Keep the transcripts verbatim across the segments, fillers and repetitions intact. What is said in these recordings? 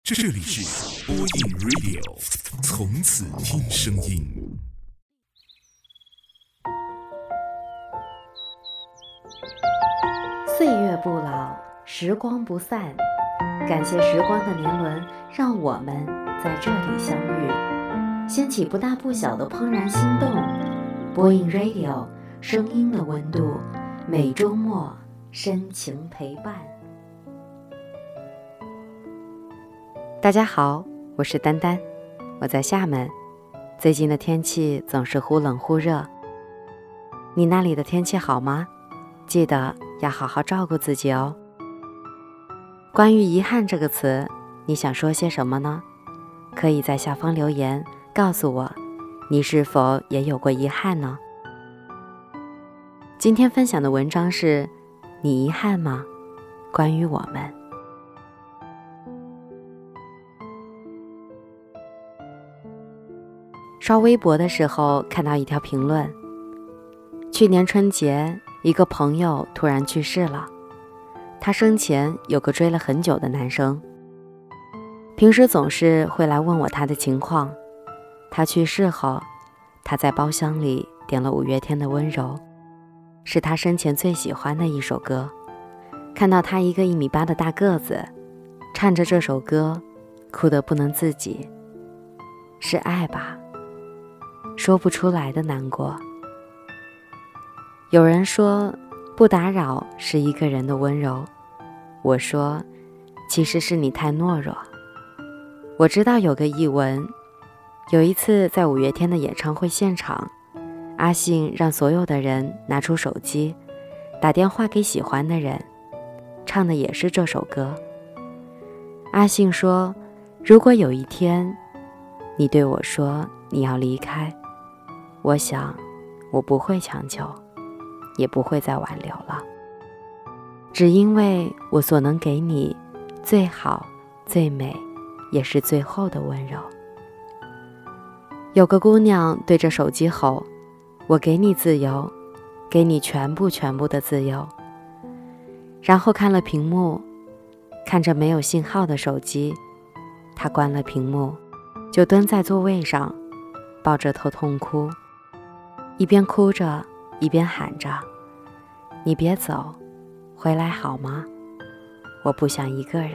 这里是播音 Radio， 从此听声音。 岁月不老，时光不散，感谢时光的年轮，让我们在这里相遇，掀起不大不小的怦然心动。播音 Radio， 声音的温度，每周末深情陪伴。大家好，我是丹丹，我在厦门。最近的天气总是忽冷忽热，你那里的天气好吗？记得要好好照顾自己哦。关于遗憾这个词，你想说些什么呢？可以在下方留言告诉我，你是否也有过遗憾呢？今天分享的文章是：你遗憾吗？关于我们。刷微博的时候看到一条评论，去年春节一个朋友突然去世了，他生前有个追了很久的男生，平时总是会来问我他的情况。他去世后，他在包厢里点了五月天的《温柔》，是他生前最喜欢的一首歌。看到他一个一米八的大个子唱着这首歌，哭得不能自己。是爱吧，说不出来的难过。有人说不打扰是一个人的温柔，我说其实是你太懦弱。我知道有个译文，有一次在五月天的演唱会现场，阿信让所有的人拿出手机打电话给喜欢的人，唱的也是这首歌。阿信说，如果有一天你对我说你要离开，我想我不会强求，也不会再挽留了，只因为我所能给你最好最美也是最后的温柔。有个姑娘对着手机吼，我给你自由，给你全部全部的自由。然后看了屏幕，看着没有信号的手机，她关了屏幕，就蹲在座位上抱着头痛哭，一边哭着一边喊着，你别走，回来好吗？我不想一个人。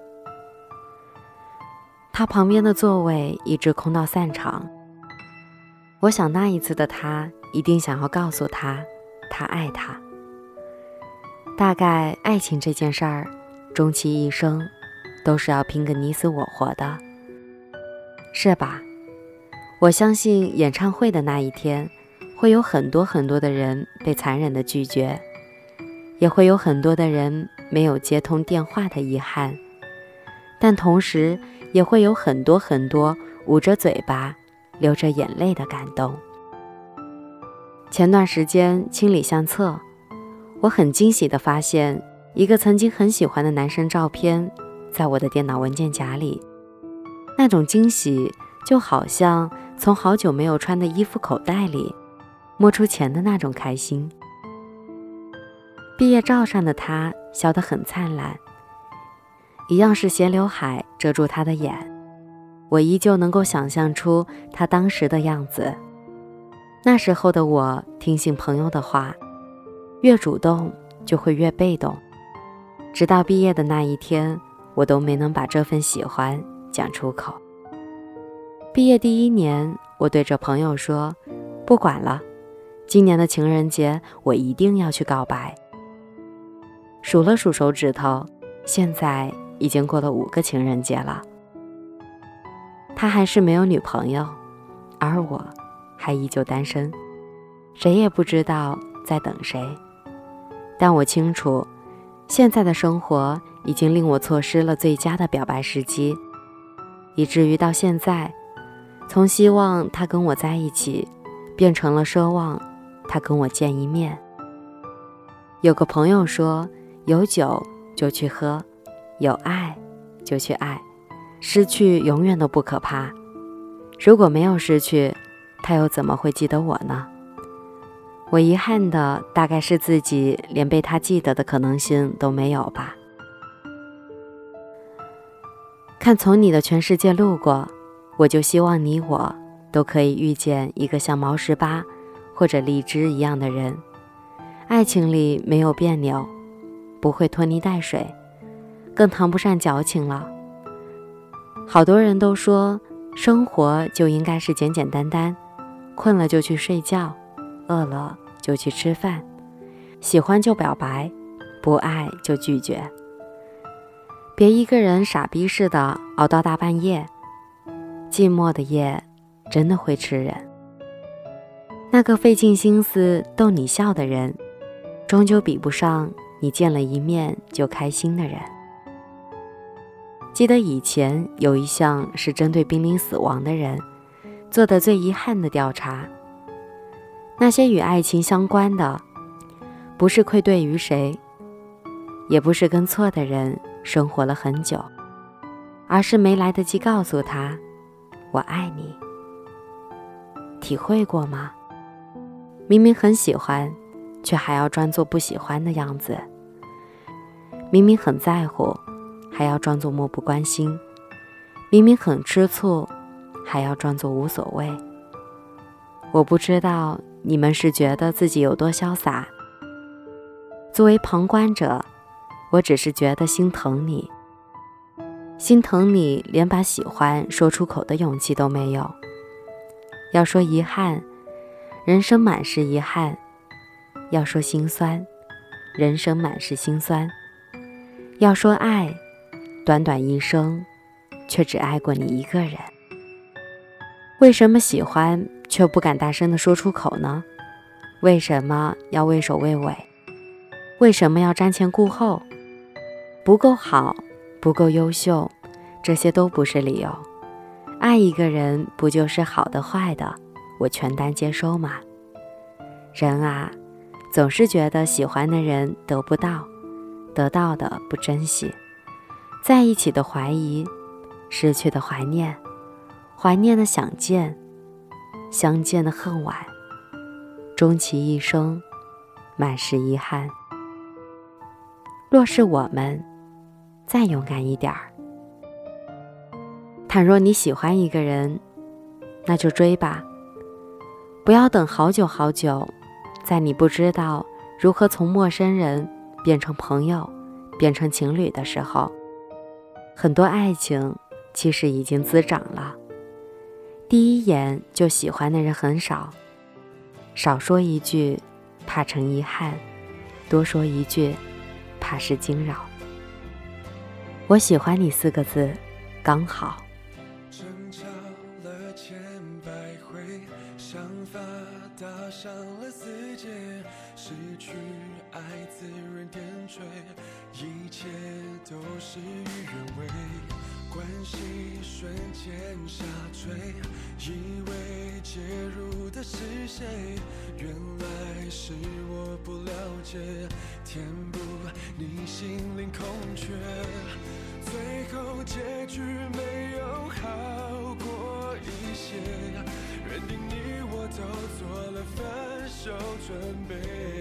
他旁边的座位一直空到散场。我想那一次的他一定想要告诉他，他爱他。大概爱情这件事儿，终其一生都是要拼个你死我活的，是吧？我相信演唱会的那一天，会有很多很多的人被残忍的拒绝，也会有很多的人没有接通电话的遗憾，但同时也会有很多很多捂着嘴巴流着眼泪的感动。前段时间清理相册，我很惊喜地发现一个曾经很喜欢的男生照片在我的电脑文件夹里。那种惊喜就好像从好久没有穿的衣服口袋里摸出钱的那种开心。毕业照上的他笑得很灿烂，一样是斜刘海遮住他的眼，我依旧能够想象出他当时的样子。那时候的我听信朋友的话，越主动就会越被动，直到毕业的那一天，我都没能把这份喜欢讲出口。毕业第一年，我对着朋友说，不管了，今年的情人节我一定要去告白。数了数手指头，现在已经过了五个情人节了。他还是没有女朋友，而我还依旧单身，谁也不知道在等谁。但我清楚，现在的生活已经令我错失了最佳的表白时机，以至于到现在，从希望他跟我在一起，变成了奢望他跟我见一面。有个朋友说，有酒就去喝，有爱就去爱，失去永远都不可怕。如果没有失去，他又怎么会记得我呢？我遗憾的大概是自己连被他记得的可能性都没有吧。 看从你的全世界路过，我就希望你我都可以遇见一个像毛十八或者荔枝一样的人。爱情里没有别扭，不会拖泥带水，更谈不上矫情了。好多人都说生活就应该是简简单单，困了就去睡觉，饿了就去吃饭，喜欢就表白，不爱就拒绝。别一个人傻逼似的熬到大半夜，寂寞的夜真的会吃人。那个费尽心思逗你笑的人，终究比不上你见了一面就开心的人。记得以前有一项是针对濒临死亡的人做的最遗憾的调查，那些与爱情相关的，不是愧对于谁，也不是跟错的人生活了很久，而是没来得及告诉他我爱你。体会过吗？明明很喜欢，却还要装作不喜欢的样子；明明很在乎，还要装作漠不关心；明明很吃醋，还要装作无所谓。我不知道你们是觉得自己有多潇洒，作为旁观者，我只是觉得心疼你，心疼你连把喜欢说出口的勇气都没有。要说遗憾，人生满是遗憾；要说心酸，人生满是心酸；要说爱，短短一生，却只爱过你一个人。为什么喜欢却不敢大声地说出口呢？为什么要畏首畏尾？为什么要瞻前顾后？不够好，不够优秀，这些都不是理由。爱一个人不就是好的坏的，我全单接收吗？人啊，总是觉得喜欢的人得不到，得到的不珍惜，在一起的怀疑，失去的怀念，怀念的想见，相见的恨晚，终其一生满是遗憾。若是我们再勇敢一点儿，倘若你喜欢一个人，那就追吧，不要等好久好久，在你不知道如何从陌生人变成朋友，变成情侣的时候，很多爱情其实已经滋长了。第一眼就喜欢的人很少，少说一句怕成遗憾，多说一句怕是惊扰。我喜欢你四个字刚好。 争吵了千百回，想法打上了死结，失去爱自然点缀，一切都事与愿违，关系瞬间下坠，以为介入的是谁，原来是我不了解，填补你心灵空缺，最后结局没有好过一些，认定你我都做了分手准备，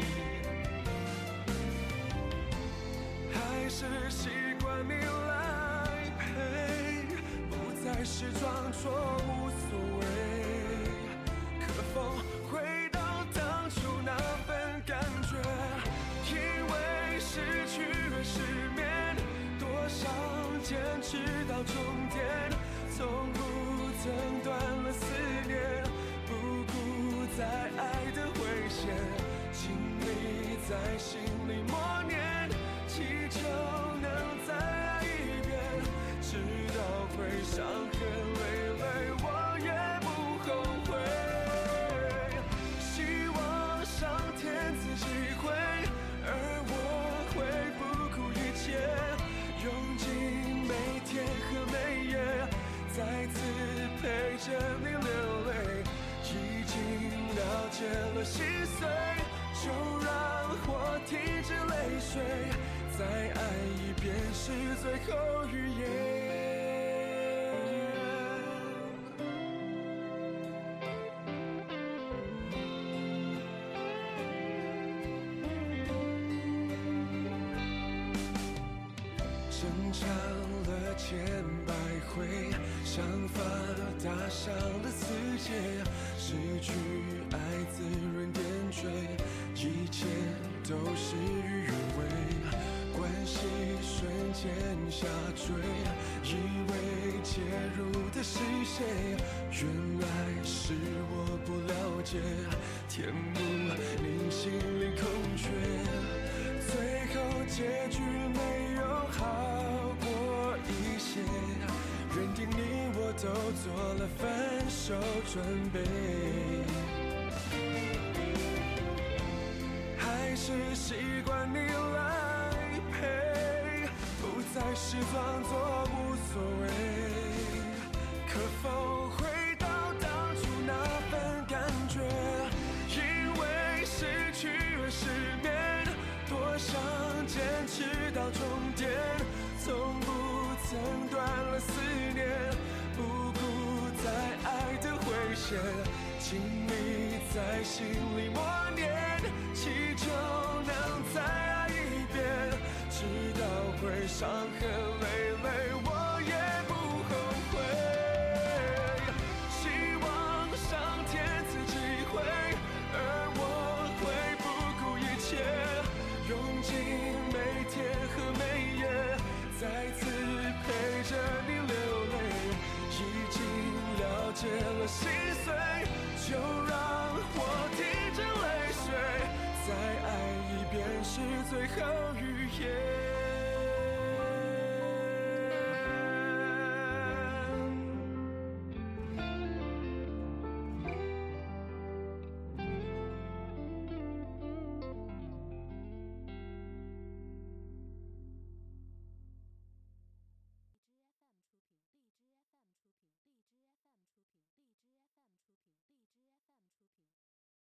还是习惯你来陪，不再是装作无所谓，可否回到当初那份感觉，因为失去而失眠，多少坚持到终点，从不曾断了思念，不顾再爱的危险，请你在心里默念，祈求能再爱一遍，直到会伤痕累累，我也不后悔。希望上天赐机会，而我会不顾一切，用尽每天和每夜，再次陪着你流泪。已经了解了心碎，就让我停止泪水，再爱一遍是最后语言。争吵了千百回，想法打上了死结，失去爱滋润点缀，一切都事与愿违，关系瞬间下坠，以为介入的是谁，原来是我不了解，填补你心里空缺，最后结局没有好过一些，认定你我都做了分手准备，还是习惯你来陪，不再是装作无所谓，可否回到当初那份感觉，因为失去而失眠，多想坚持到终点，从不曾断了思念，不顾在爱的危险，请你在心里默念，祈求能再爱一遍，直到会伤痕累累，我也不后悔，希望上天赐机会，而我会不顾一切，用尽每天和每夜，再次陪着你流泪，已经了解了心碎，就让我停止泪水，再爱一遍是最后